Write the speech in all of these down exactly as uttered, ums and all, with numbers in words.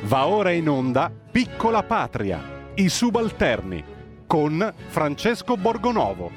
Va ora in onda Piccola Patria, i subalterni, con Francesco Borgonovo.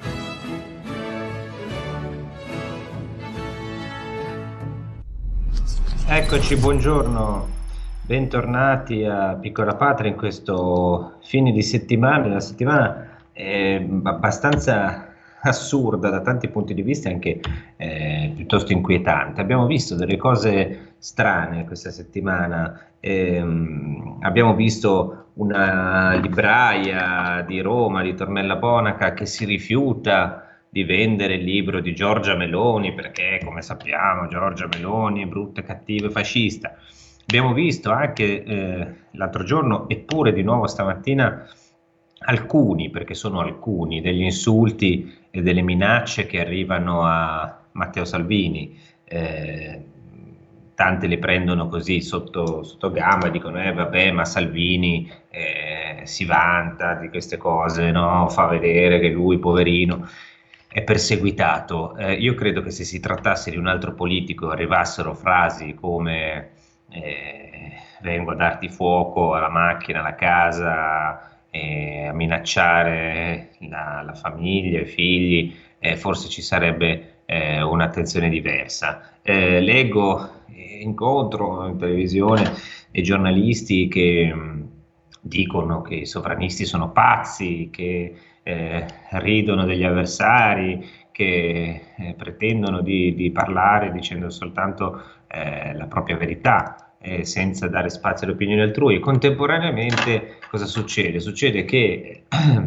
Eccoci, buongiorno, bentornati a Piccola Patria in questo fine di settimana, una settimana eh, abbastanza assurda da tanti punti di vista, anche eh, piuttosto inquietante. Abbiamo visto delle cose strane questa settimana, eh, abbiamo visto una libraia di Roma, di Tormella Bonaca, che si rifiuta di vendere il libro di Giorgia Meloni perché, come sappiamo, Giorgia Meloni è brutta, cattiva e fascista. Abbiamo visto anche eh, l'altro giorno, eppure di nuovo stamattina, alcuni, perché sono alcuni, degli insulti e delle minacce che arrivano a Matteo Salvini. Eh, tante le prendono così sotto, sotto gamba e dicono eh vabbè, ma Salvini eh, si vanta di queste cose, no? Fa vedere che lui, poverino, è perseguitato. Eh, io credo che se si trattasse di un altro politico arrivassero frasi come eh, vengo a darti fuoco alla macchina, alla casa, eh, a minacciare la, la famiglia, i figli, eh, forse ci sarebbe eh, un'attenzione diversa. Eh, leggo, eh, incontro in televisione dei giornalisti che mh, dicono che i sovranisti sono pazzi, che Eh, ridono degli avversari, che eh, pretendono di, di parlare dicendo soltanto eh, la propria verità, eh, senza dare spazio alle opinioni altrui. E contemporaneamente cosa succede? Succede che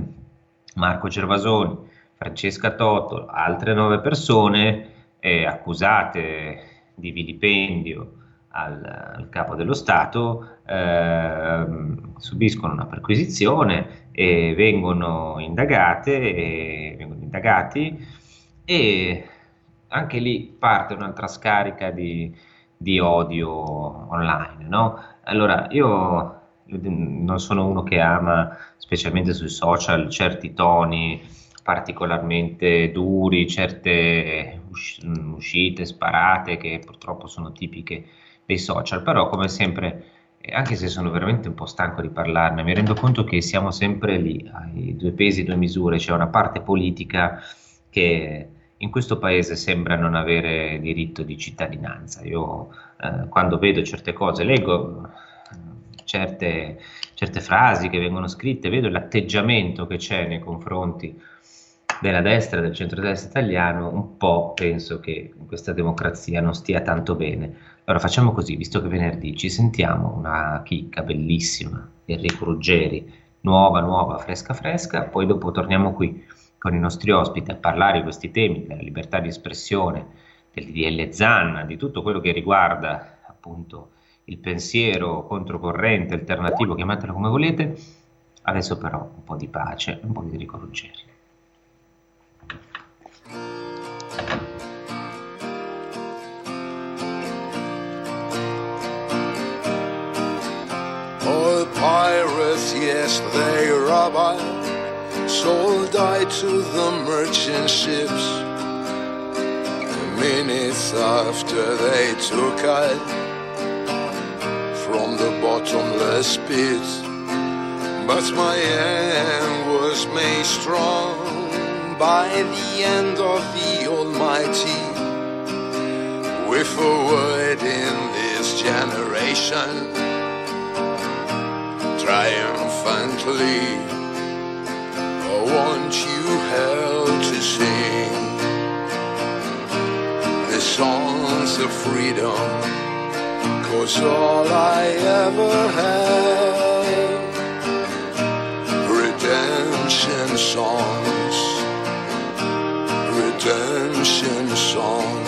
Marco Gervasoni, Francesca Totto, altre nove persone eh, accusate di vilipendio al, al capo dello Stato eh, subiscono una perquisizione e vengono indagate e vengono indagati e anche lì parte un'altra scarica di, di odio online, no? Allora io non sono uno che ama, specialmente sui social, certi toni particolarmente duri, certe uscite sparate che purtroppo sono tipiche dei social, però come sempre, anche se sono veramente un po' stanco di parlarne, mi rendo conto che siamo sempre lì, ai due pesi, due misure. C'è una parte politica che in questo paese sembra non avere diritto di cittadinanza. Io eh, quando vedo certe cose, leggo certe, certe frasi che vengono scritte, vedo l'atteggiamento che c'è nei confronti della destra e del centrodestra italiano, un po' penso che questa democrazia non stia tanto bene. Allora facciamo così, visto che venerdì ci sentiamo una chicca bellissima di Enrico Ruggeri, nuova, nuova, fresca, fresca, poi dopo torniamo qui con i nostri ospiti a parlare di questi temi, della libertà di espressione, del D D L Zan, di tutto quello che riguarda appunto il pensiero controcorrente, alternativo, chiamatelo come volete. Adesso però un po' di pace, un po' di Enrico Ruggeri. All pirates, yes, they robbed, sold I to the merchant ships. Minutes after they took I from the bottomless pit, but my hand was made strong by the hand of the Almighty. With a word in this generation, triumphantly, I want you held to sing the songs of freedom, 'cause all I ever had, redemption songs, redemption songs.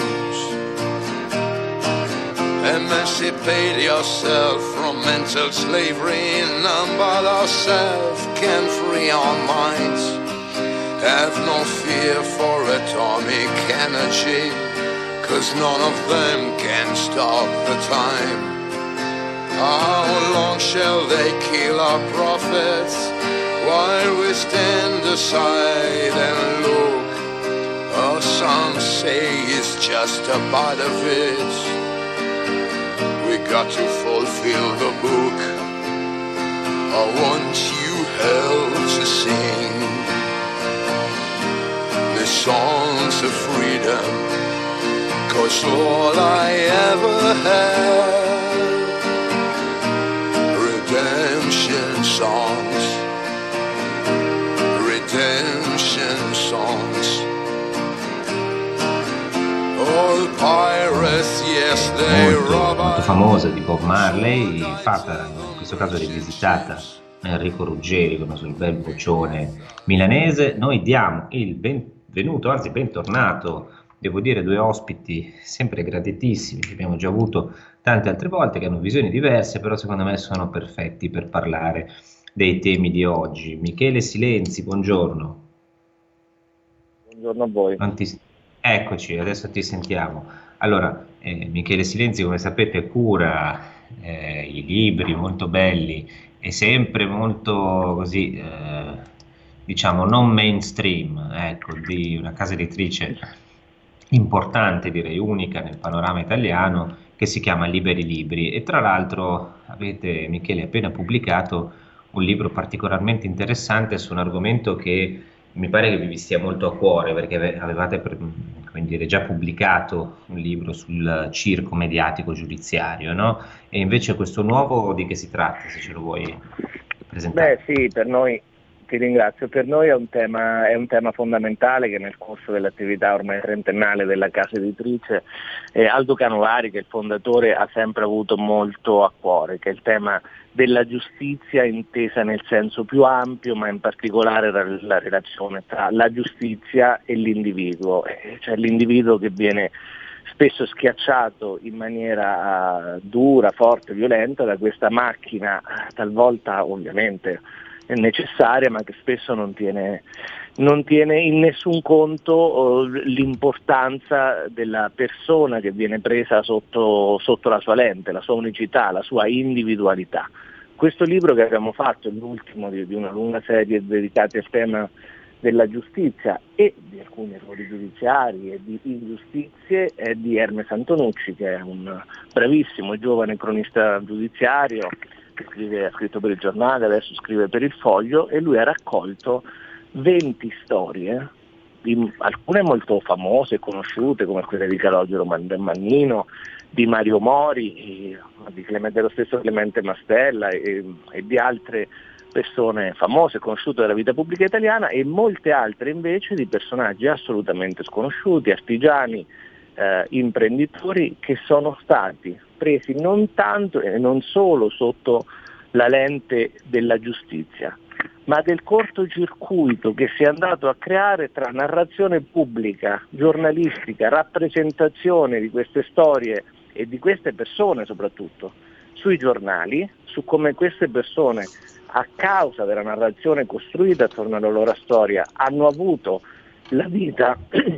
Emancipate yourself from mental slavery, none but ourselves can free our minds. Have no fear for atomic energy, 'cause none of them can stop the time. How long shall they kill our prophets while we stand aside and look? Oh, some say it's just a part of it. We got to fulfill the book. I want you held to sing the songs of freedom, 'cause all I ever had, redemption songs, redemption songs. All pirates, yes, they molto, rob molto us. famosa di Bob Marley, fatta in questo caso rivisitata da Enrico Ruggeri con il suo bel vocione milanese. Noi diamo il benvenuto, anzi bentornato, devo dire, due ospiti sempre graditissimi che abbiamo già avuto tante altre volte, che hanno visioni diverse, però secondo me sono perfetti per parlare dei temi di oggi. Michele Silenzi, buongiorno. Buongiorno a voi. Quanti- Eccoci, adesso ti sentiamo. Allora, eh, Michele Silenzi, come sapete, cura eh, i libri molto belli e sempre molto così, eh, diciamo, non mainstream, ecco, di una casa editrice importante, direi unica nel panorama italiano, che si chiama Liberi Libri. E tra l'altro avete, Michele, appena pubblicato un libro particolarmente interessante su un argomento che mi pare che vi stia molto a cuore, perché ave- avevate per- come dire, già pubblicato un libro sul circo mediatico giudiziario, no? E invece questo nuovo di che si tratta, se ce lo vuoi presentare? Beh sì, per noi, ti ringrazio, per noi è un tema, è un tema fondamentale che nel corso dell'attività ormai trentennale della casa editrice eh, Aldo Canovari, che è il fondatore, ha sempre avuto molto a cuore, che è il tema della giustizia intesa nel senso più ampio, ma in particolare la, la relazione tra la giustizia e l'individuo, eh, cioè l'individuo che viene spesso schiacciato in maniera uh, dura, forte, violenta da questa macchina, talvolta ovviamente necessaria, ma che spesso non tiene, non tiene in nessun conto uh, l'importanza della persona che viene presa sotto, sotto la sua lente, la sua unicità, la sua individualità. Questo libro che abbiamo fatto è l'ultimo di, di una lunga serie dedicata al tema della giustizia e di alcuni errori giudiziari e di ingiustizie è di Hermes Antonucci, che è un bravissimo e giovane cronista giudiziario che scrive, ha scritto per il giornale, adesso scrive per il Foglio, e lui ha raccolto venti storie, di, alcune molto famose e conosciute come quelle di Calogero Mannino, di Mario Mori, e, di Clemente, dello stesso Clemente Mastella e, e di altre persone famose, conosciute della vita pubblica italiana, e molte altre invece di personaggi assolutamente sconosciuti, artigiani, eh, imprenditori, che sono stati presi non tanto e non solo sotto la lente della giustizia, ma del cortocircuito che si è andato a creare tra narrazione pubblica, giornalistica, rappresentazione di queste storie e di queste persone soprattutto sui giornali, su come queste persone, a causa della narrazione costruita attorno alla loro storia, hanno avuto la vita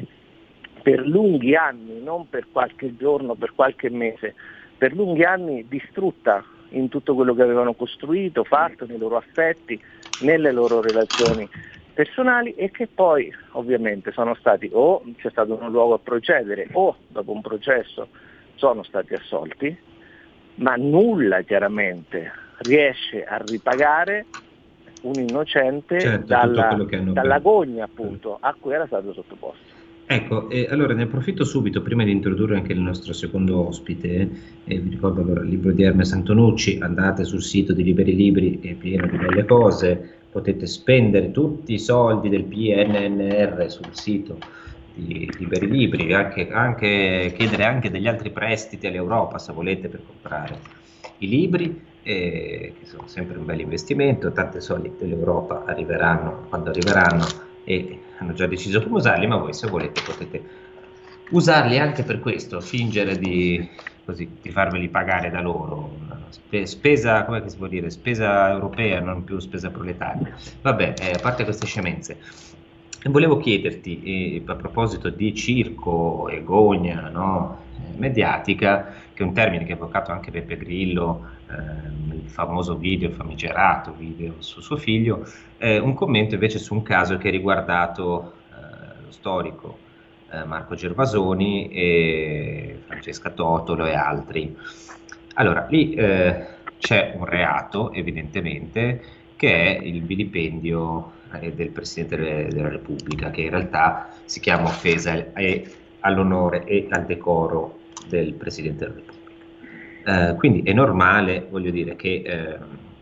per lunghi anni, non per qualche giorno, per qualche mese, per lunghi anni distrutta in tutto quello che avevano costruito, fatto, nei loro affetti, nelle loro relazioni personali, e che poi ovviamente sono stati, o c'è stato un luogo a procedere, o dopo un processo sono stati assolti, ma nulla chiaramente riesce a ripagare un innocente Certo, tutto dalla, quello che hanno dalla perso. gogna appunto a cui era stato sottoposto. Ecco, e allora ne approfitto subito prima di introdurre anche il nostro secondo ospite, e vi ricordo allora il libro di Hermes Antonucci, andate sul sito di Liberi Libri, è pieno di belle cose, potete spendere tutti i soldi del P N N R sul sito di Liberi Libri, anche, anche chiedere anche degli altri prestiti all'Europa se volete per comprare i libri, eh, che sono sempre un bel investimento, tanti soldi dell'Europa arriveranno quando arriveranno e hanno già deciso come usarli, ma voi se volete potete usarli anche per questo, fingere di, così, di farveli pagare da loro, Spe- spesa, come si può dire, spesa europea, non più spesa proletaria. Vabbè, eh, a parte queste scemenze, volevo chiederti, eh, a proposito di circo e gogna, no, eh, mediatica, che è un termine che ha evocato anche Beppe Grillo, eh, il famoso video, il famigerato video su suo figlio, eh, un commento invece su un caso che ha riguardato eh, lo storico eh, Marco Gervasoni e Francesca Totolo e altri. Allora, lì eh, c'è un reato evidentemente che è il vilipendio eh, del Presidente delle- della Repubblica, che in realtà si chiama offesa e- all'onore e al decoro del Presidente della Repubblica. Eh, quindi è normale, voglio dire, che eh,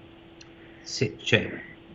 se c'è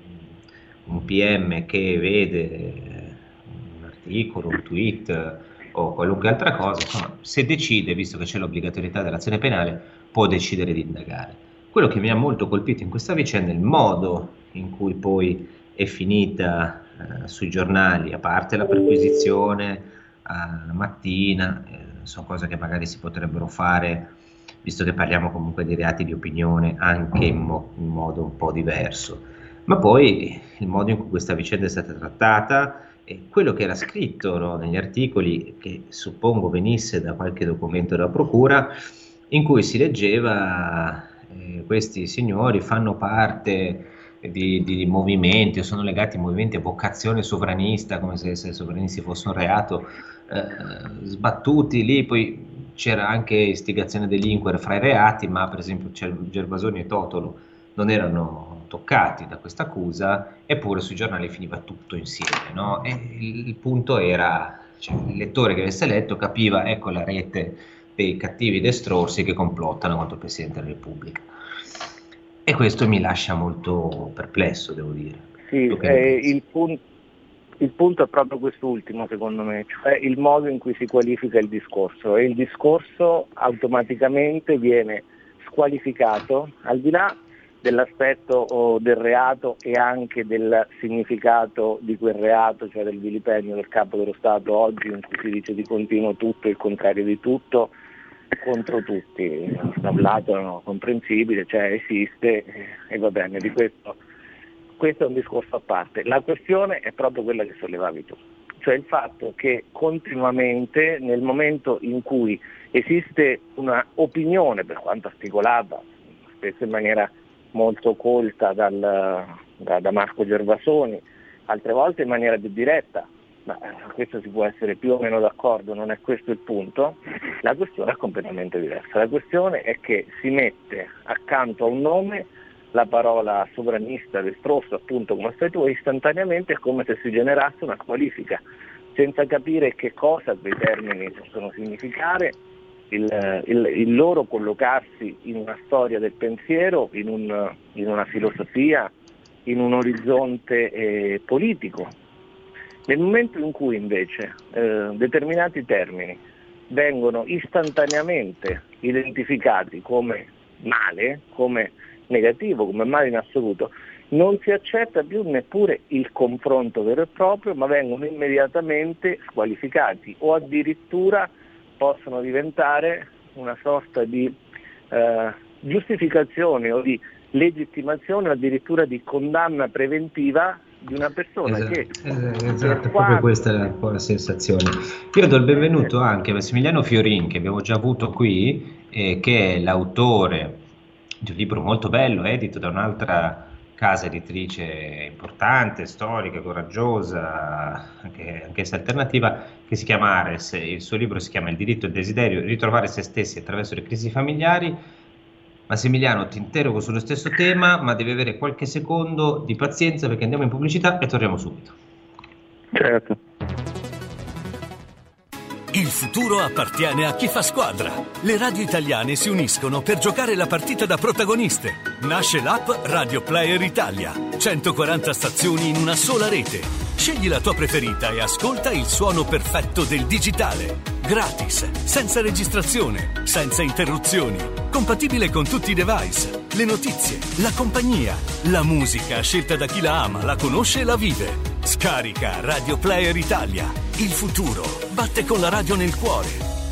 un P M che vede eh, un articolo, un tweet eh, o qualunque altra cosa, insomma, se decide, visto che c'è l'obbligatorietà dell'azione penale, può decidere di indagare. Quello che mi ha molto colpito in questa vicenda è il modo in cui poi è finita eh, sui giornali, a parte la perquisizione alla mattina, eh, sono cose che magari si potrebbero fare, visto che parliamo comunque di reati di opinione, anche in, mo- in modo un po' diverso. Ma poi il modo in cui questa vicenda è stata trattata e quello che era scritto, no, negli articoli, che suppongo venisse da qualche documento della procura, in cui si leggeva eh, questi signori fanno parte di, di movimenti o sono legati a movimenti a vocazione sovranista, come se, se i sovranisti fosse un reato, eh, sbattuti lì. Poi c'era anche istigazione a delinquere fra i reati, ma per esempio Gervasoni e Totolo non erano toccati da questa accusa, eppure sui giornali finiva tutto insieme, no? E il, il punto era, cioè, il lettore che avesse letto capiva, ecco la rete dei cattivi destrorsi che complottano contro il Presidente della Repubblica. E questo mi lascia molto perplesso, devo dire. Sì, Tu che ne eh, pensi? il, pun- il punto è proprio quest'ultimo, secondo me, cioè il modo in cui si qualifica il discorso, e il discorso automaticamente viene squalificato al di là dell'aspetto o del reato e anche del significato di quel reato, cioè del vilipendio del capo dello Stato oggi, in cui si dice di continuo tutto e il contrario di tutto contro tutti. Da un lato è comprensibile, cioè esiste e va bene, di questo, questo è un discorso a parte. La questione è proprio quella che sollevavi tu, cioè il fatto che continuamente nel momento in cui esiste una opinione, per quanto articolata, spesso in maniera molto colta dal, da, da Marco Gervasoni, altre volte in maniera più diretta, ma eh, questo si può essere più o meno d'accordo, non è questo il punto, la questione è completamente diversa. La questione è che si mette accanto a un nome la parola sovranista, destrosso, appunto come stai tu, e istantaneamente è come se si generasse una qualifica, senza capire che cosa quei termini possono significare. Il, il, il loro collocarsi in una storia del pensiero, in, un, in una filosofia, in un orizzonte eh, politico. Nel momento in cui invece eh, determinati termini vengono istantaneamente identificati come male, come negativo, come male in assoluto, non si accetta più neppure il confronto vero e proprio, ma vengono immediatamente squalificati o addirittura possono diventare una sorta di eh, giustificazione o di legittimazione o addirittura di condanna preventiva di una persona Esatto, che esatto, per proprio quanto- questa è la, un po' la sensazione. Io do il benvenuto anche a Massimiliano Fiorin, che abbiamo già avuto qui, eh, che è l'autore di un libro molto bello, edito da un'altra casa editrice importante, storica, coraggiosa, anche, anch'essa alternativa, che si chiama Ares. Il suo libro si chiama Il diritto e il desiderio, ritrovare se stessi attraverso le crisi familiari. Massimiliano, ti interrogo sullo stesso tema, ma devi avere qualche secondo di pazienza perché andiamo in pubblicità e torniamo subito. Certo. Il futuro appartiene a chi fa squadra. Le radio italiane si uniscono per giocare la partita da protagoniste. Nasce l'app Radio Player Italia. centoquaranta stazioni in una sola rete. Scegli la tua preferita e ascolta il suono perfetto del digitale. Gratis, senza registrazione, senza interruzioni. Compatibile con tutti i device. Le notizie, la compagnia, la musica scelta da chi la ama, la conosce e la vive. Scarica Radio Player Italia. Il futuro batte con la radio nel cuore.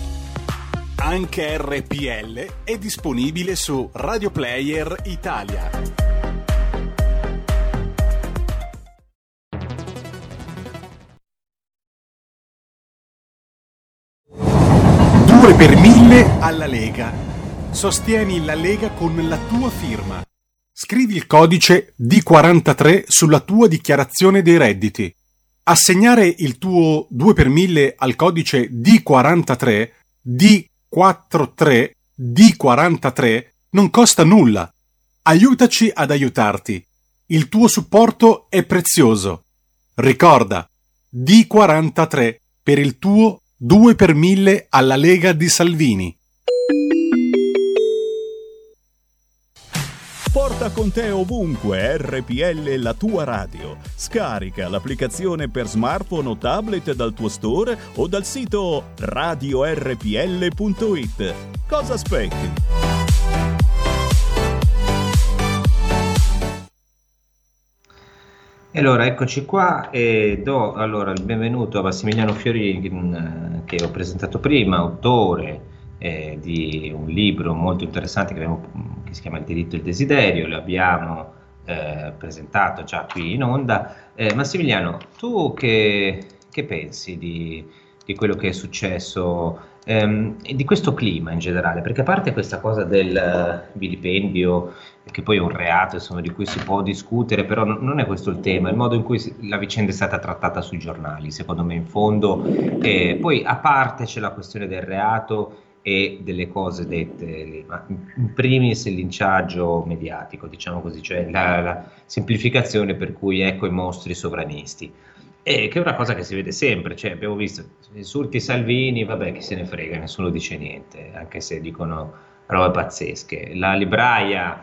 Anche R P L è disponibile su Radio Player Italia. due per mille alla Lega. Sostieni la Lega con la tua firma. Scrivi il codice D quarantatré sulla tua dichiarazione dei redditi. Assegnare il tuo due per mille al codice D quarantatré, D quarantatré, D quarantatré non costa nulla. Aiutaci ad aiutarti. Il tuo supporto è prezioso. Ricorda, D quarantatré per il tuo due per mille alla Lega di Salvini. Porta con te ovunque R P L, la tua radio. Scarica l'applicazione per smartphone o tablet dal tuo store o dal sito radio r p l punto i t. Cosa aspetti? E allora eccoci qua e do allora il benvenuto a Massimiliano Fiorin, che ho presentato prima, autore eh, di un libro molto interessante che, abbiamo, che si chiama Il diritto e il desiderio. Lo abbiamo eh, presentato già qui in onda. eh, Massimiliano, tu che, che pensi di, di quello che è successo ehm, e di questo clima in generale? Perché a parte questa cosa del vilipendio, che poi è un reato, insomma, di cui si può discutere, però no, non è questo il tema, il modo in cui si, la vicenda è stata trattata sui giornali, secondo me in fondo. E poi a parte c'è la questione del reato e delle cose dette lì, ma in primis il linciaggio mediatico, diciamo così, cioè la, la semplificazione per cui ecco i mostri sovranisti, e che è una cosa che si vede sempre, cioè abbiamo visto insulti Salvini, vabbè, chi se ne frega, nessuno dice niente, anche se dicono robe pazzesche. La libraia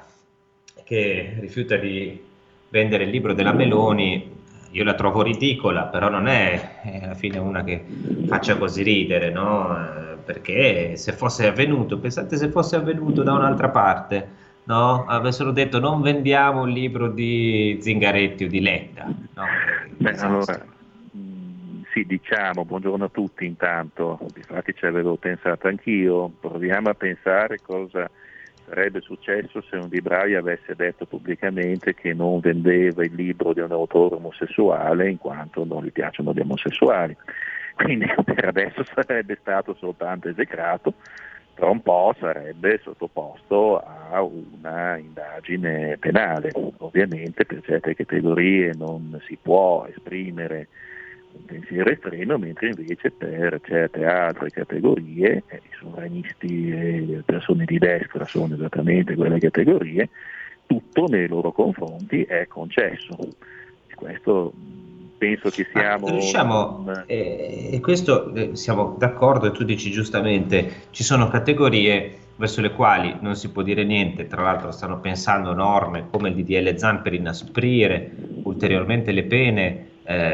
che rifiuta di vendere il libro della Meloni, io la trovo ridicola, però non è, è alla fine una che faccia così ridere, no? Eh, perché se fosse avvenuto, pensate se fosse avvenuto da un'altra parte, no? Avessero detto non vendiamo il libro di Zingaretti o di Letta, no? Beh, allora, mh, sì, diciamo, buongiorno a tutti intanto, infatti ci avevo pensato anch'io, proviamo a pensare cosa sarebbe successo se un libraio avesse detto pubblicamente che non vendeva il libro di un autore omosessuale in quanto non gli piacciono gli omosessuali. Quindi per adesso sarebbe stato soltanto esecrato, tra un po' sarebbe sottoposto a una indagine penale. Ovviamente per certe categorie non si può esprimere un pensiero estremo, mentre invece per certe altre categorie, eh, i sovranisti e le persone di destra sono esattamente quelle categorie, tutto nei loro confronti è concesso. E questo penso che siamo... Ma riusciamo, un... eh, e questo eh, siamo d'accordo, e tu dici giustamente, ci sono categorie verso le quali non si può dire niente, tra l'altro stanno pensando norme come il D D L Zan per inasprire ulteriormente le pene.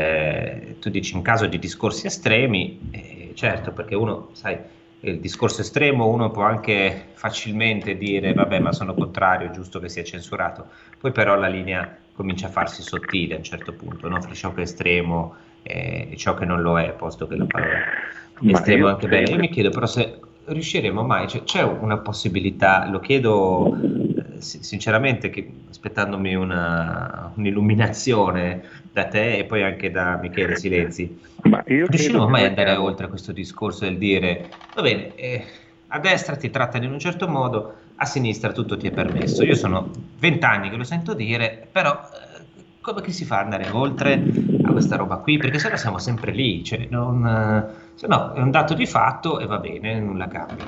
Eh, tu dici in caso di discorsi estremi, eh, certo, perché uno, sai, il discorso estremo uno può anche facilmente dire vabbè, ma sono contrario, è giusto che sia censurato, poi però la linea comincia a farsi sottile a un certo punto, no? Fra ciò che è estremo e ciò che non lo è, posto che la parola estremo è anche bella. Io mi chiedo però se riusciremo mai, cioè, c'è una possibilità, lo chiedo eh, sinceramente, che, aspettandomi una, un'illuminazione da te e poi anche da Michele Silenzi, ma io riusciremo mai ad andare siamo... oltre questo discorso del dire va bene, eh, a destra ti trattano in un certo modo, a sinistra tutto ti è permesso. Io sono vent'anni che lo sento dire, però eh, come che si fa ad andare oltre a questa roba qui? Perché sennò siamo sempre lì, cioè non, eh, se no è un dato di fatto e va bene, nulla cambia.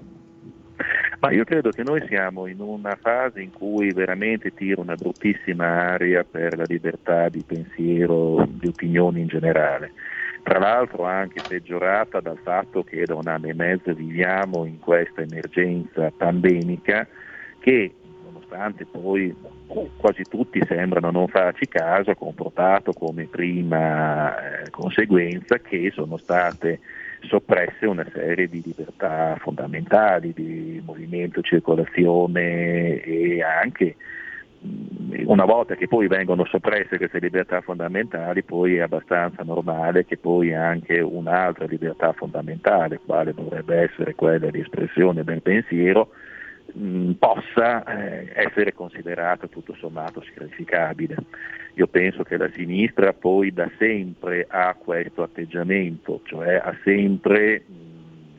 Ma io credo che noi siamo in una fase in cui veramente tira una bruttissima aria per la libertà di pensiero, di opinioni in generale. Tra l'altro anche peggiorata dal fatto che da un anno e mezzo viviamo in questa emergenza pandemica che, nonostante poi quasi tutti sembrano non farci caso, ha comportato come prima eh, conseguenza che sono state soppresse una serie di libertà fondamentali, di movimento, circolazione, e anche una volta che poi vengono soppresse queste libertà fondamentali, poi è abbastanza normale che poi anche un'altra libertà fondamentale, quale dovrebbe essere quella di espressione del pensiero, mh, possa eh, essere considerata tutto sommato sacrificabile. Io penso che la sinistra poi da sempre ha questo atteggiamento, cioè ha sempre mh, la volontà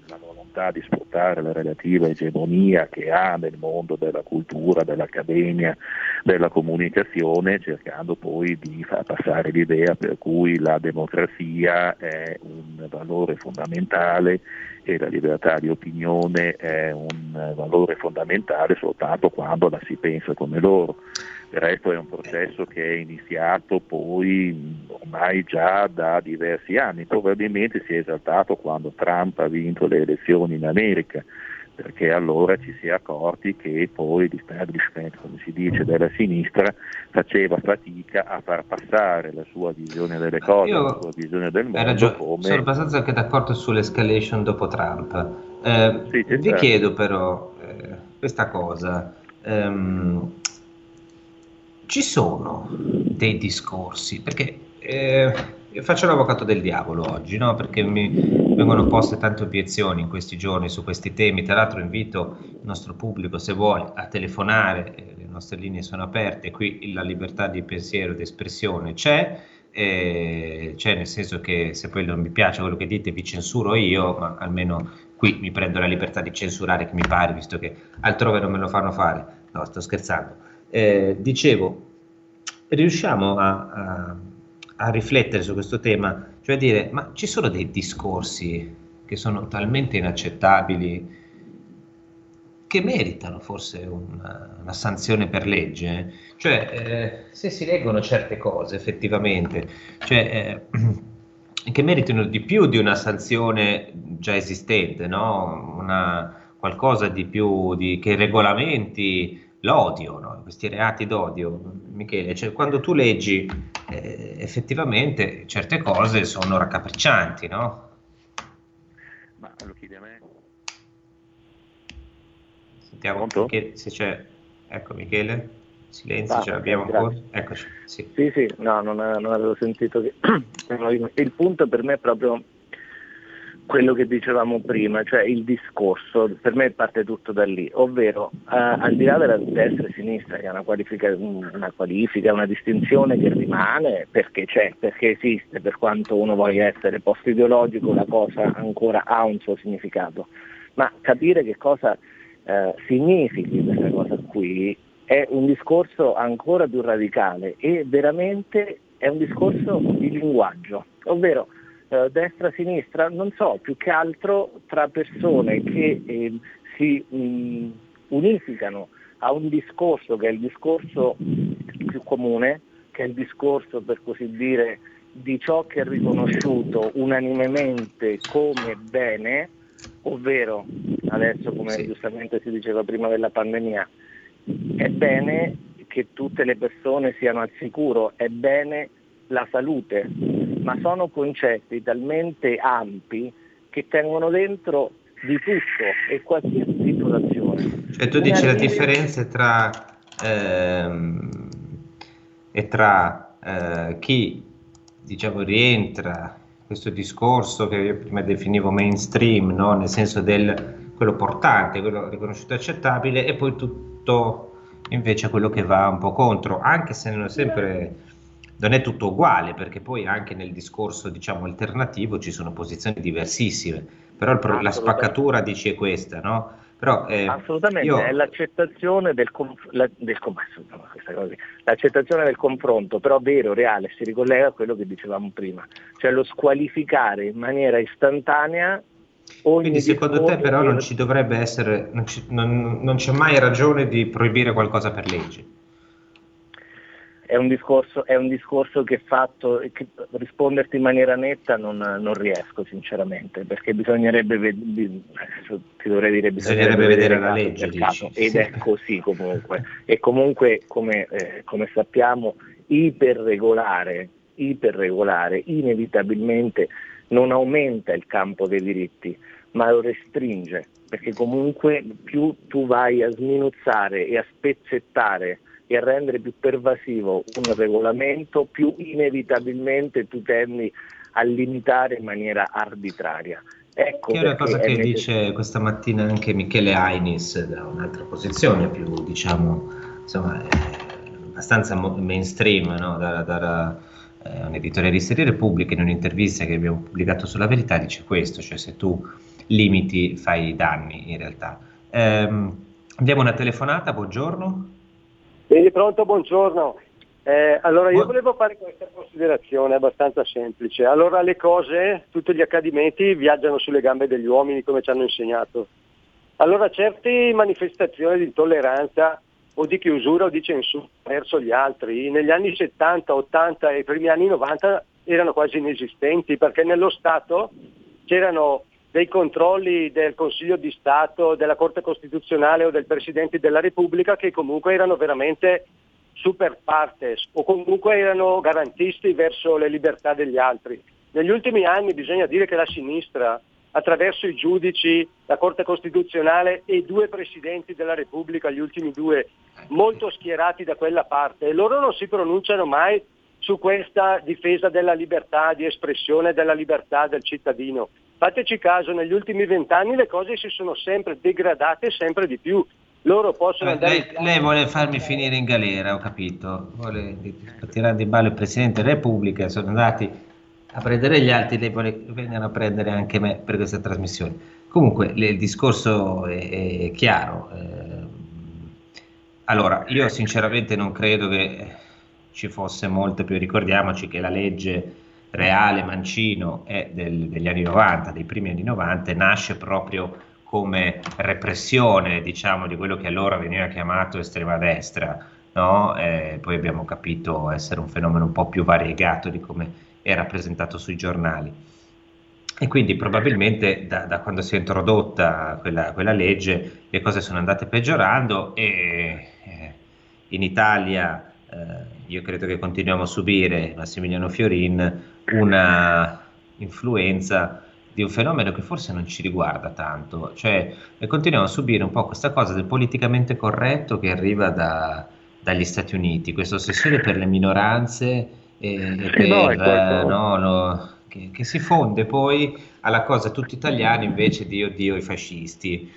volontà di sfruttare la relativa egemonia che ha nel mondo della cultura, dell'accademia, della comunicazione, cercando poi di far passare l'idea per cui la democrazia è un valore fondamentale e la libertà di opinione è un valore fondamentale soltanto quando la si pensa come loro. Del resto è un processo che è iniziato poi ormai già da diversi anni, probabilmente si è esaltato quando Trump ha vinto le elezioni in America, perché allora ci si è accorti che poi l'establishment, come si dice, della sinistra faceva fatica a far passare la sua visione delle cose, Io, la sua visione del mondo ragione, come... Sono abbastanza anche d'accordo sull'escalation dopo Trump. Eh, sì, vi certo. chiedo però eh, questa cosa. Ehm, ci sono dei discorsi, perché eh, io faccio l'avvocato del diavolo oggi, no? Perché mi vengono poste tante obiezioni in questi giorni su questi temi. Tra l'altro invito il nostro pubblico, se vuole, a telefonare, eh, le nostre linee sono aperte, qui la libertà di pensiero e di espressione c'è, eh, c'è nel senso che se poi non mi piace quello che dite vi censuro io, ma almeno qui mi prendo la libertà di censurare chi mi pare, visto che altrove non me lo fanno fare. No, sto scherzando. Eh, dicevo, riusciamo a, a, a riflettere su questo tema, cioè a dire, ma ci sono dei discorsi che sono talmente inaccettabili che meritano forse una, una sanzione per legge? Cioè, eh, se si leggono certe cose effettivamente, cioè, eh, che meritano di più di una sanzione già esistente, no? Una, qualcosa di più di, che regolamenti l'odio, no? Questi reati d'odio, Michele, cioè quando tu leggi eh, effettivamente certe cose sono raccapriccianti, no? Ma lo chiede a me? Sentiamo Michele, se c'è, ecco Michele, silenzio, ah, ce l'abbiamo ancora? grazie. Eccoci. Sì, sì, sì, no, non, non avevo sentito che... Il punto per me è proprio quello che dicevamo prima, cioè il discorso, per me parte tutto da lì, ovvero uh, al di là della destra e sinistra, che è una qualifica, una qualifica, una distinzione che rimane perché c'è, perché esiste, per quanto uno voglia essere post-ideologico, la cosa ancora ha un suo significato, ma capire che cosa uh, significhi questa cosa qui è un discorso ancora più radicale e veramente è un discorso di linguaggio, ovvero Uh, destra-sinistra, non so, più che altro tra persone che eh, si mh, unificano a un discorso che è il discorso più comune, che è il discorso, per così dire, di ciò che è riconosciuto unanimemente come bene, ovvero, adesso come sì. giustamente si diceva prima della pandemia, è bene che tutte le persone siano al sicuro, è bene la salute, ma sono concetti talmente ampi che tengono dentro di tutto e qualsiasi tipo d'azione. Cioè tu dici la differenza tra ehm, e tra eh, chi diciamo rientra in questo discorso che io prima definivo mainstream, no? Nel senso del quello portante, quello riconosciuto accettabile, e poi tutto invece quello che va un po' contro, anche se non è sempre non è tutto uguale, perché poi anche nel discorso diciamo alternativo ci sono posizioni diversissime, però il pro- la spaccatura dici è questa, no? Però, eh, assolutamente, io... è l'accettazione del, conf- la, del com- questa cosa, l'accettazione del confronto, però vero, reale, si ricollega a quello che dicevamo prima, cioè lo squalificare in maniera istantanea ogni Quindi secondo te però che... non ci dovrebbe essere, non, ci, non, non c'è mai ragione di proibire qualcosa per legge? È un discorso, è un discorso che fatto, che risponderti in maniera netta non, non riesco sinceramente, perché bisognerebbe, ti dovrei dire, bisognerebbe, bisognerebbe vedere, vedere la legge, dici. Ed sì. È così comunque, e comunque come, eh, come sappiamo iperregolare, iperregolare inevitabilmente non aumenta il campo dei diritti, ma lo restringe, perché comunque più tu vai a sminuzzare e a spezzettare e a rendere più pervasivo un regolamento, più inevitabilmente tu tendi a limitare in maniera arbitraria. Ecco che è una cosa che necess- dice questa mattina anche Michele Ainis da un'altra posizione più, diciamo, insomma, abbastanza mainstream, no? da, da, da eh, un editorialista di Repubblica, in un'intervista che abbiamo pubblicato sulla Verità, dice questo, cioè se tu limiti fai danni in realtà. Ehm, abbiamo una telefonata, buongiorno. Quindi pronto, buongiorno. Eh, allora io volevo fare questa considerazione abbastanza semplice. Allora le cose, tutti gli accadimenti viaggiano sulle gambe degli uomini, come ci hanno insegnato. Allora certe manifestazioni di intolleranza o di chiusura o di censura verso gli altri negli anni settanta, ottanta e i primi anni novanta erano quasi inesistenti, perché nello Stato c'erano dei controlli del Consiglio di Stato, della Corte Costituzionale o del Presidente della Repubblica che comunque erano veramente super partes o comunque erano garantisti verso le libertà degli altri. Negli ultimi anni bisogna dire che la sinistra, attraverso i giudici, la Corte Costituzionale e i due Presidenti della Repubblica, gli ultimi due, molto schierati da quella parte, e loro non si pronunciano mai su questa difesa della libertà di espressione, della libertà del cittadino. Fateci caso, negli ultimi vent'anni le cose si sono sempre degradate sempre di più. Loro possono eh, andare lei, lei vuole farmi finire in galera, ho capito, vuole tirare di ballo il Presidente della Repubblica, sono andati a prendere gli altri, lei vuole che vengano a prendere anche me per questa trasmissione. Comunque le, il discorso è, è chiaro. Eh, allora, io sinceramente non credo che ci fosse molto più, ricordiamoci che la legge reale Mancino è del, degli anni novanta, dei primi anni novanta, e nasce proprio come repressione, diciamo, di quello che allora veniva chiamato estrema destra, no? Eh, poi abbiamo capito essere un fenomeno un po' più variegato di come è rappresentato sui giornali. E quindi probabilmente da, da quando si è introdotta quella, quella legge le cose sono andate peggiorando e eh, in Italia eh, io credo che continuiamo a subire, Massimiliano Fiorin, una influenza di un fenomeno che forse non ci riguarda tanto, cioè continuiamo a subire un po' questa cosa del politicamente corretto che arriva da, dagli Stati Uniti, questa ossessione per le minoranze e, e per, no, eh, no, no, che, che si fonde poi alla cosa tutti italiani invece di oddio i fascisti.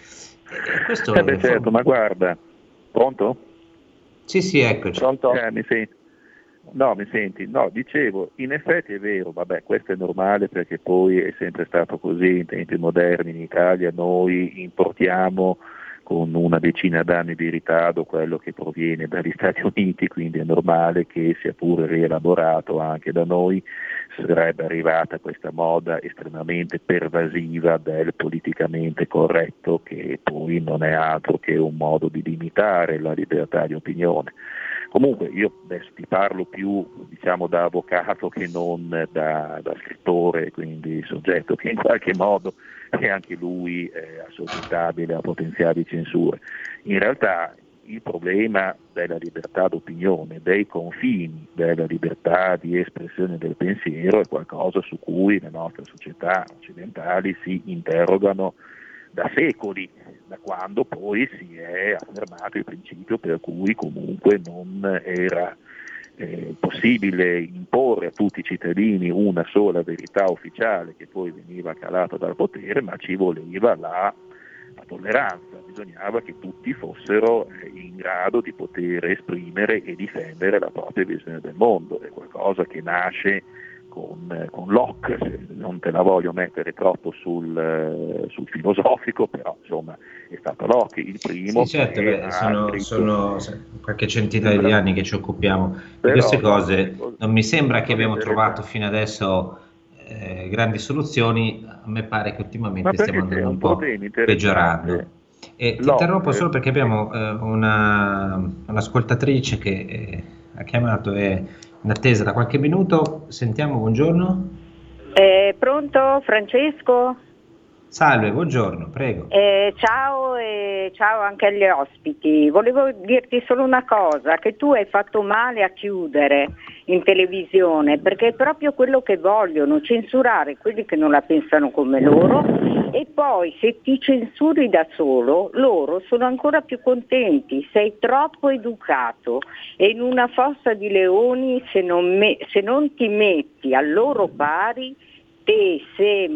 E questo eh beh, certo, ma guarda, pronto? Sì, sì, eccoci. Pronto? Eh, mi senti? No, mi senti? No, dicevo, in effetti è vero, vabbè, questo è normale perché poi è sempre stato così in tempi moderni in Italia, noi importiamo con una decina d'anni di ritardo quello che proviene dagli Stati Uniti, quindi è normale che sia pure rielaborato anche da noi, sarebbe arrivata questa moda estremamente pervasiva del politicamente corretto, che poi non è altro che un modo di limitare la libertà di opinione. Comunque io adesso ti parlo più, diciamo, da avvocato che non da, da scrittore, quindi soggetto che in qualche modo è anche lui eh, assoggettabile a potenziali censure. In realtà il problema della libertà d'opinione, dei confini della libertà di espressione del pensiero è qualcosa su cui le nostre società occidentali si interrogano da secoli, da quando poi si è affermato il principio per cui comunque non era eh, possibile imporre a tutti i cittadini una sola verità ufficiale che poi veniva calata dal potere, ma ci voleva la, la tolleranza, bisognava che tutti fossero eh, in grado di poter esprimere e difendere la propria visione del mondo, è qualcosa che nasce Con, con Locke, non te la voglio mettere troppo sul, sul filosofico, però insomma è stato Locke il primo. Sì, certo, che beh, ha sono, scritto... sono qualche centinaia di anni che ci occupiamo Però, di queste cose, no, non mi sembra che non abbiamo trovato interessa. fino adesso eh, grandi soluzioni, a me pare che ultimamente Ma stiamo perché c'è andando un un po' problema interessante. peggiorando. E ti Locke, interrompo solo perché abbiamo eh, una, un'ascoltatrice che eh, ha chiamato, è in attesa da qualche minuto. Sentiamo, buongiorno. Eh, pronto, Francesco? Salve, buongiorno, prego. Eh, ciao e ciao anche agli ospiti. Volevo dirti solo una cosa, che tu hai fatto male a chiudere in televisione, perché è proprio quello che vogliono, censurare quelli che non la pensano come loro, e poi se ti censuri da solo, loro sono ancora più contenti, sei troppo educato e in una fossa di leoni se non, me- se non ti metti al loro pari te se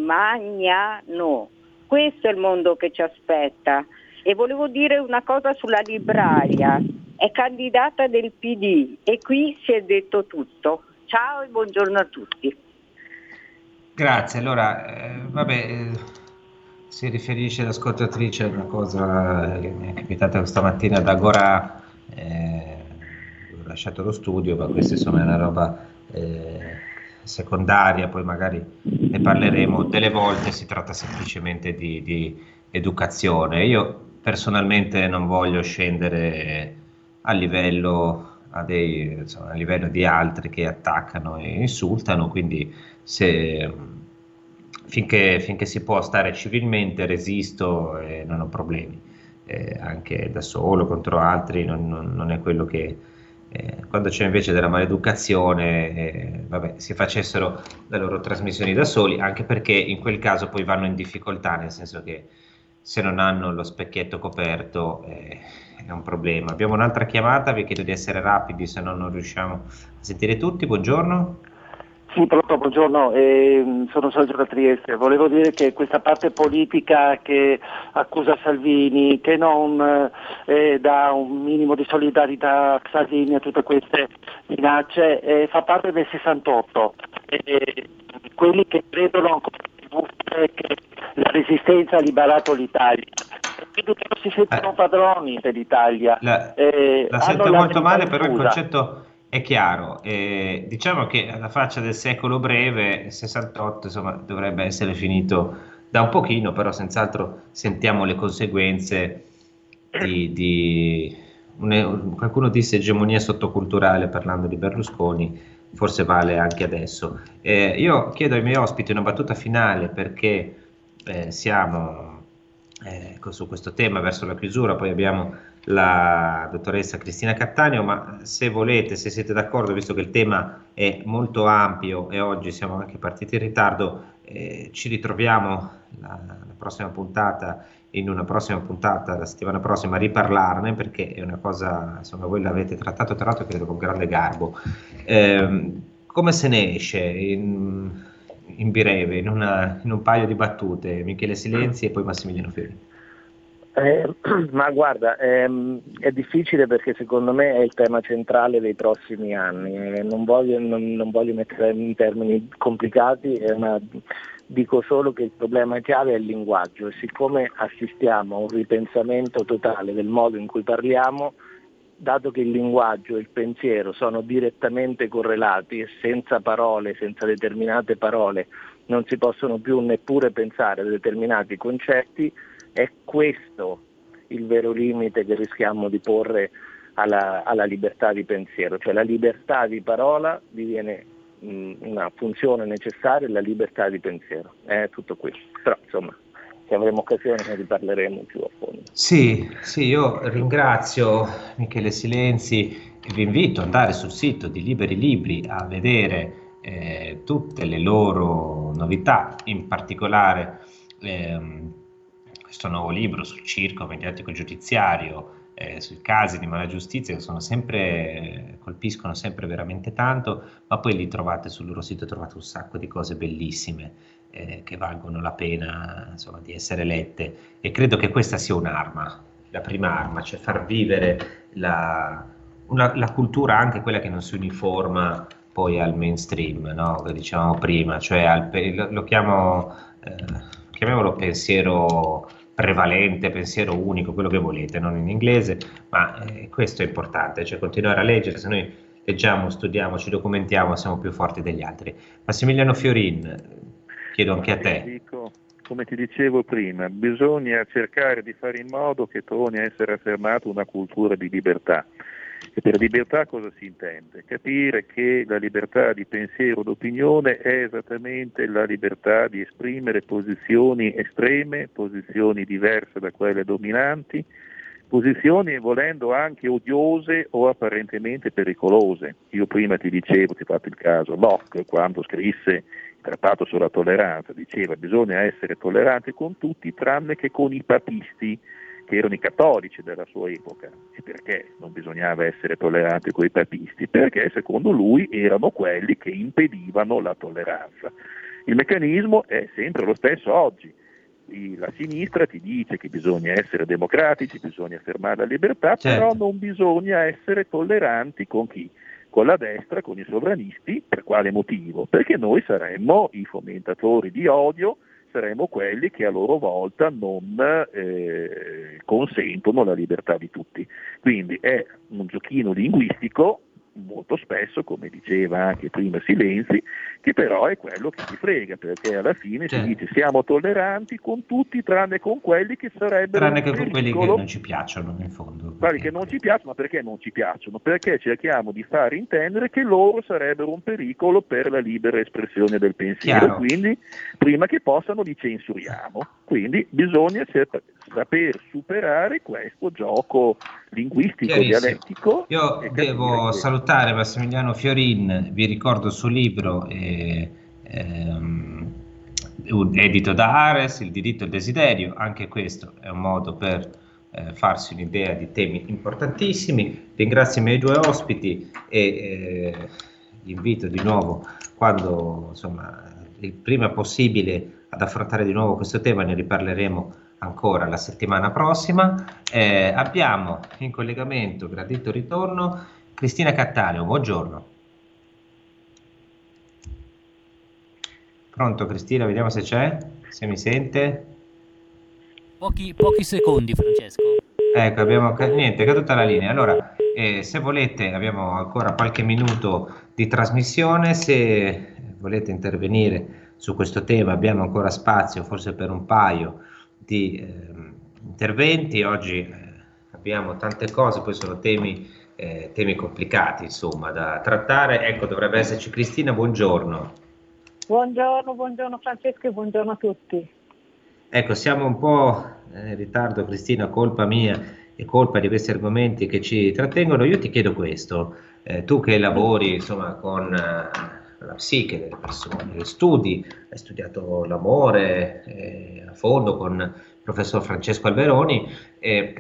magnano. Questo è il mondo che ci aspetta. E volevo dire una cosa sulla Libraia, è candidata del P D e qui si è detto tutto. Ciao e buongiorno a tutti. Grazie, allora, eh, vabbè, eh, Si riferisce l'ascoltatrice a una cosa che mi è capitata questa mattina da Agorà, eh, ho lasciato lo studio, ma questa insomma è una roba eh, secondaria, poi magari ne parleremo. Delle volte si tratta semplicemente di, di educazione. Io personalmente non voglio scendere a livello, a dei, insomma, a livello di altri che attaccano e insultano, quindi se... Finché, finché si può stare civilmente resisto e non ho problemi, eh, anche da solo contro altri non, non, non è quello che eh, quando c'è invece della maleducazione eh, vabbè, si facessero le loro trasmissioni da soli, anche perché in quel caso poi vanno in difficoltà, nel senso che se non hanno lo specchietto coperto eh, è un problema. Abbiamo un'altra chiamata, vi chiedo di essere rapidi se no non riusciamo a sentire tutti. Buongiorno. Sì, pronto, buongiorno, eh, sono Sergio da Trieste. Volevo dire che questa parte politica che accusa Salvini, che non eh, dà un minimo di solidarietà a Salvini e tutte queste minacce, eh, fa parte del sessantotto. Eh, quelli che credono ancora che la resistenza ha liberato l'Italia. Credo che non si sentono Eh. padroni dell'Italia. La, Eh, la hanno sento la molto male, verità però il diffusa. concetto è chiaro. Eh, diciamo che alla faccia del secolo breve, il sessantotto insomma, dovrebbe essere finito da un pochino, però senz'altro sentiamo le conseguenze di, di un, qualcuno disse egemonia sottoculturale parlando di Berlusconi, forse vale anche adesso. Eh, io chiedo ai miei ospiti una battuta finale perché eh, siamo eh, su questo tema verso la chiusura, poi abbiamo la dottoressa Cristina Cattaneo, ma se volete, se siete d'accordo, visto che il tema è molto ampio e oggi siamo anche partiti in ritardo, eh, ci ritroviamo la, la prossima puntata, in una prossima puntata la settimana prossima a riparlarne, perché è una cosa, insomma, voi l'avete trattato tra l'altro credo con grande garbo. Eh, come se ne esce in, in breve, in, una, in un paio di battute, Michele Silenzi e poi Massimiliano Fiorini? Eh, ma guarda, ehm, è difficile perché secondo me è il tema centrale dei prossimi anni. Eh, non, voglio, non, non voglio mettere in termini complicati, è una, dico solo che il problema chiave è il linguaggio e siccome assistiamo a un ripensamento totale del modo in cui parliamo, dato che il linguaggio e il pensiero sono direttamente correlati e senza parole, senza determinate parole, non si possono più neppure pensare a determinati concetti, è questo il vero limite che rischiamo di porre alla, alla libertà di pensiero, cioè la libertà di parola diviene mh, una funzione necessaria e la libertà di pensiero, è tutto questo, però insomma se avremo occasione ne riparleremo più a fondo. Sì, sì, io ringrazio Michele Silenzi e vi invito ad andare sul sito di Liberi Libri a vedere eh, tutte le loro novità, in particolare ehm, questo nuovo libro sul circo mediatico giudiziario, eh, sui casi di malagiustizia che sono sempre, colpiscono sempre veramente tanto, ma poi lì trovate sul loro sito trovate un sacco di cose bellissime eh, che valgono la pena insomma, di essere lette, e credo che questa sia un'arma, la prima arma, cioè far vivere la, una, la cultura, anche quella che non si uniforma poi al mainstream, no? Che dicevamo prima, cioè al, lo, lo chiamo eh, chiamiamolo pensiero prevalente, pensiero unico, quello che volete, non in inglese, ma eh, questo è importante, cioè continuare a leggere. Se noi leggiamo, studiamo, ci documentiamo, siamo più forti degli altri. Massimiliano Fiorin, chiedo anche a te. Dico, come ti dicevo prima, bisogna cercare di fare in modo che torni a essere affermata una cultura di libertà. E per libertà cosa si intende? Capire che la libertà di pensiero, d'opinione è esattamente la libertà di esprimere posizioni estreme, posizioni diverse da quelle dominanti, posizioni volendo anche odiose o apparentemente pericolose. Io prima ti dicevo, ti ho fatto il caso, Locke quando scrisse il trattato sulla tolleranza diceva bisogna essere tolleranti con tutti tranne che con i papisti, che erano i cattolici della sua epoca. E perché non bisognava essere tolleranti con i papisti? Perché secondo lui erano quelli che impedivano la tolleranza. Il meccanismo è sempre lo stesso oggi. La sinistra ti dice che bisogna essere democratici, bisogna affermare la libertà, certo. Però non bisogna essere tolleranti con chi? Con la destra, con i sovranisti. Per quale motivo? Perché noi saremmo i fomentatori di odio saremo quelli che a loro volta non eh, consentono la libertà di tutti. Quindi è un giochino linguistico, molto spesso, come diceva anche prima Silenzi, che però è quello che ti frega, perché alla fine Certo. si dice siamo tolleranti con tutti tranne con quelli che sarebbero Tranne un che con quelli che pericolo. non ci piacciono, in fondo. Quelli che non ci piacciono, ma perché non ci piacciono? Perché cerchiamo di far intendere che loro sarebbero un pericolo per la libera espressione del pensiero, Chiaro. quindi prima che possano li censuriamo. Quindi bisogna sep- saper superare questo gioco linguistico, Chiarissimo. dialettico. Io e capire devo che- salutare Massimiliano Fiorin, vi ricordo il suo libro, eh, ehm, edito da Ares, Il diritto e il desiderio, anche questo è un modo per eh, farsi un'idea di temi importantissimi. Ringrazio i miei due ospiti e eh, vi invito di nuovo, quando insomma il prima possibile, ad affrontare di nuovo questo tema. Ne riparleremo ancora la settimana prossima. Eh, abbiamo in collegamento, gradito ritorno, Cristina Cattaneo. Buongiorno. Pronto Cristina, vediamo se c'è, se mi sente. Pochi, pochi secondi, Francesco. Ecco, abbiamo ca- niente, è caduta la linea. Allora, eh, se volete, abbiamo ancora qualche minuto di trasmissione. Se volete intervenire su questo tema, abbiamo ancora spazio, forse per un paio di eh, interventi. Oggi eh, abbiamo tante cose, poi sono temi, eh, temi complicati, insomma, da trattare. Ecco, dovrebbe esserci Cristina. Buongiorno. Buongiorno, buongiorno Francesco e buongiorno a tutti. Ecco, siamo un po' in ritardo, Cristina, colpa mia e colpa di questi argomenti che ci trattengono. Io ti chiedo questo, eh, tu che lavori insomma con eh, la psiche delle persone, studi, hai studiato l'amore eh, a fondo con il professor Francesco Alberoni, eh,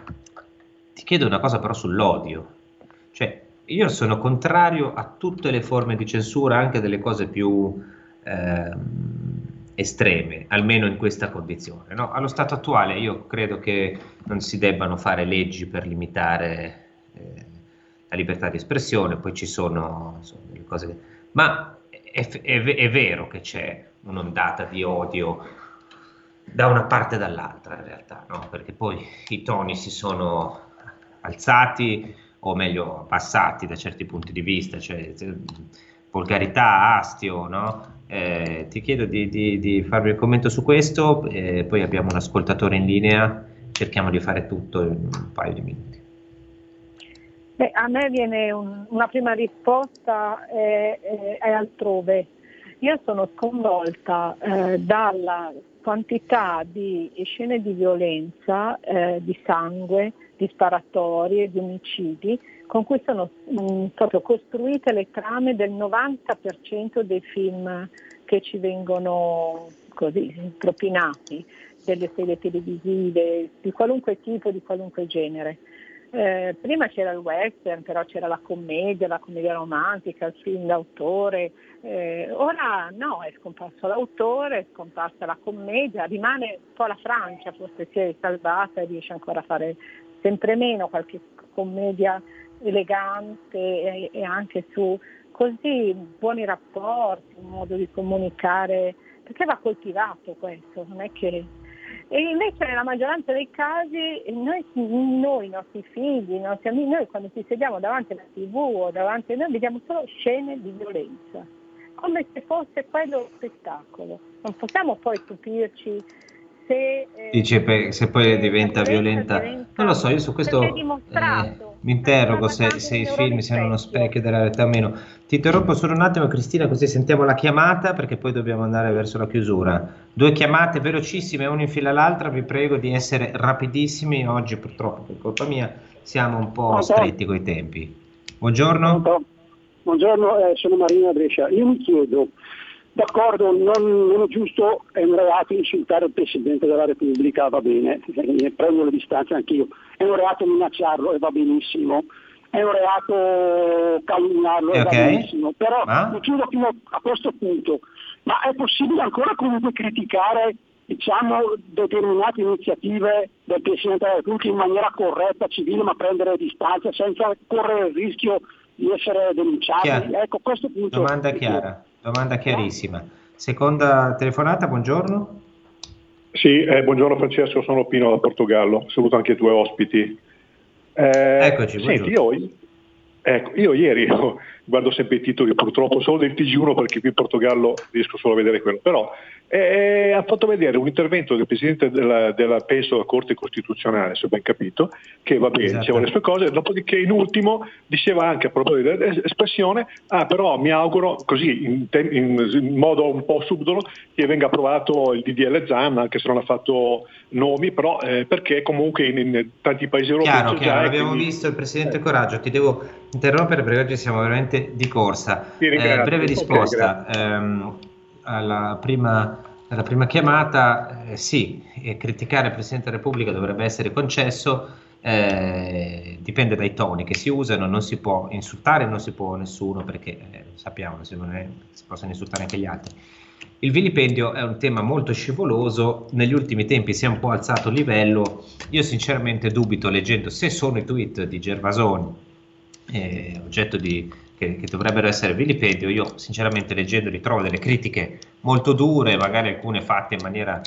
ti chiedo una cosa però sull'odio. Cioè, io sono contrario a tutte le forme di censura, anche delle cose più ehm, estreme, almeno in questa condizione, no? Allo stato attuale io credo che non si debbano fare leggi per limitare eh, la libertà di espressione, poi ci sono insomma, delle cose che... ma è, è, è vero che c'è un'ondata di odio da una parte e dall'altra in realtà, no? Perché poi i toni si sono alzati, o meglio abbassati da certi punti di vista, cioè volgarità, astio, no? Eh, ti chiedo di, di, di farmi il commento su questo, eh, poi abbiamo un ascoltatore in linea, cerchiamo di fare tutto in un paio di minuti. Beh, a me viene un, una prima risposta è, è, è altrove. Io sono sconvolta eh, dalla quantità di scene di violenza, eh, di sangue, di sparatorie, di omicidi, con cui sono mh, proprio costruite le trame del novanta per cento dei film che ci vengono così propinati, delle serie televisive, di qualunque tipo, di qualunque genere. Eh, prima c'era il western, però c'era la commedia, la commedia romantica, il film d'autore. Eh, ora no, è scomparso l'autore, è scomparsa la commedia, rimane un po' la Francia, forse si è salvata e riesce ancora a fare sempre meno qualche commedia elegante e, e anche su così buoni rapporti, un modo di comunicare, perché va coltivato questo, non è che... E invece nella maggioranza dei casi noi, noi i nostri figli, i nostri amici, noi quando ci sediamo davanti alla tivù o davanti a noi vediamo solo scene di violenza, come se fosse quello lo spettacolo. Non possiamo poi stupirci se... Eh, Dice pe- se poi se diventa violenta, diventa, non lo so, io su questo perché è dimostrato. eh, mi interrogo se, se i film siano uno specchio della realtà o meno. Ti interrompo solo un attimo Cristina, così sentiamo la chiamata, perché poi dobbiamo andare verso la chiusura. Due chiamate velocissime, una in fila all'altra, vi prego di essere rapidissimi, oggi purtroppo per colpa mia siamo un po' stretti coi tempi. Buongiorno. Buongiorno, eh, sono Marino da Brescia. Io mi chiedo, d'accordo, non, non è giusto, è un reato insultare il Presidente della Repubblica, va bene, ne prendo le distanze anch'io, è un reato minacciarlo e va benissimo, è un reato calunniarlo e okay. va benissimo, però ah? mi chiedo fino a questo punto, ma è possibile ancora comunque criticare, diciamo, determinate iniziative del Presidente della Repubblica in maniera corretta, civile, ma prendere distanza senza correre il rischio di essere denunciati? Chiaro. Ecco, questo punto. Domanda chiara, domanda chiarissima. Seconda telefonata, buongiorno. Sì, eh, buongiorno Francesco, sono Pino da Portogallo, saluto anche i tuoi ospiti. Eh, Eccoci, senti, io, ecco, io ieri oh, guardo sempre i titoli, purtroppo solo del T G uno perché qui in Portogallo riesco solo a vedere quello, però eh, ha fatto vedere un intervento del Presidente della, della penso, della Corte Costituzionale, se ho ben capito, che va bene, Esatto. diceva le sue cose, dopodiché in ultimo diceva anche a proposito dell'espressione, ah però mi auguro così in, te- in, in modo un po' subdolo che venga approvato il D D L Zan, anche se non ha fatto nomi, però eh, perché comunque in, in tanti paesi europei Chiaro, c'è chiaro, già, abbiamo quindi... visto il Presidente Coraggio, ti devo interrompere perché oggi siamo veramente di corsa. Ti ringrazio. Eh, breve Ok, risposta ehm, alla, prima, alla prima chiamata, eh, sì, eh, criticare il Presidente della Repubblica dovrebbe essere concesso, eh, dipende dai toni che si usano, non si può insultare, non si può nessuno perché eh, sappiamo che non è, si possono insultare anche gli altri. Il vilipendio è un tema molto scivoloso, negli ultimi tempi si è un po' alzato il livello, io sinceramente dubito leggendo se sono i tweet di Gervasoni eh, oggetto di, che, che dovrebbero essere vilipendio, io sinceramente leggendoli trovo delle critiche molto dure, magari alcune fatte in maniera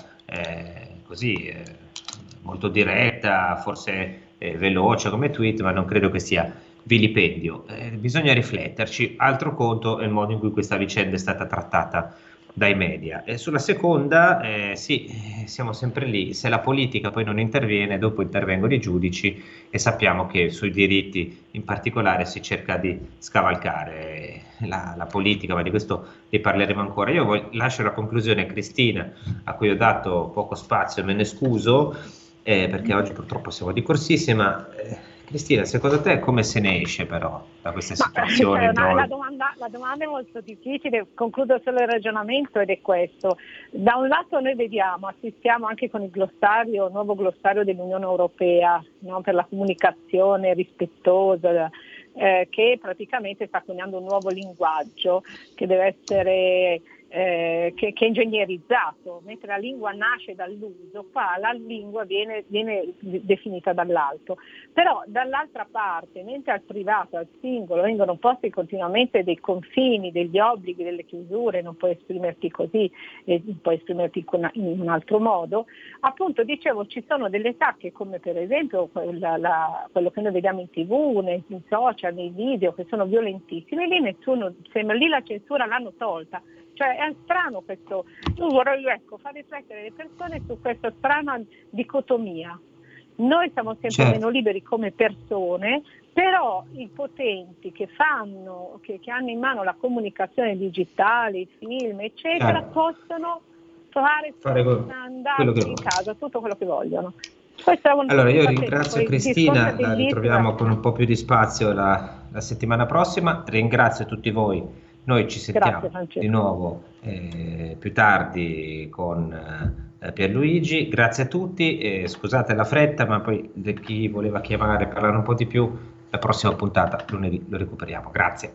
eh, così eh, molto diretta, forse eh, veloce come tweet, ma non credo che sia vilipendio. Eh, bisogna rifletterci, altro conto è il modo in cui questa vicenda è stata trattata dai media. E sulla seconda, eh, sì, siamo sempre lì, se la politica poi non interviene, dopo intervengono i giudici e sappiamo che sui diritti in particolare si cerca di scavalcare la, la politica, ma di questo ne parleremo ancora. Io voglio, lascio la conclusione a Cristina, a cui ho dato poco spazio, me ne scuso, eh, perché oggi purtroppo siamo di corsissima. Eh, Cristina, secondo te come se ne esce però da questa situazione? Ma, cioè, la, domanda, la domanda è molto difficile, concludo solo il ragionamento ed è questo. Da un lato noi vediamo, assistiamo anche con il glossario, il nuovo glossario dell'Unione Europea, no, per la comunicazione rispettosa, eh, che praticamente sta coniando un nuovo linguaggio che deve essere eh, che, che è ingegnerizzato, mentre la lingua nasce dall'uso, qua la lingua viene, viene definita dall'alto. Però dall'altra parte, mentre al privato, al singolo, vengono posti continuamente dei confini, degli obblighi, delle chiusure, non puoi esprimerti così, eh, puoi esprimerti in un altro modo, appunto dicevo ci sono delle tacche come per esempio quella, la, quello che noi vediamo in tv, nei in social, nei video, che sono violentissimi, lì nessuno, sembra lì la censura l'hanno tolta. Cioè è strano questo, io vorrei ecco, far riflettere le persone su questa strana dicotomia. Noi siamo sempre certo. meno liberi come persone, però i potenti che fanno, che, che hanno in mano la comunicazione digitale, i film, eccetera, certo. possono fare, fare andare in casa tutto quello che vogliono. Allora io ringrazio Cristina, la ritroviamo con un po' più di spazio la, la settimana prossima, ringrazio tutti voi. Noi ci sentiamo Grazie, di nuovo eh, più tardi con eh, Pierluigi, grazie a tutti, eh, scusate la fretta, ma poi chi voleva chiamare e parlare un po' di più, la prossima puntata lunedì lo recuperiamo, grazie.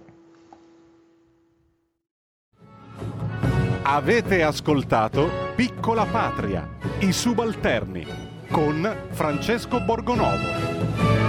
Avete ascoltato Piccola Patria, i subalterni, con Francesco Borgonovo.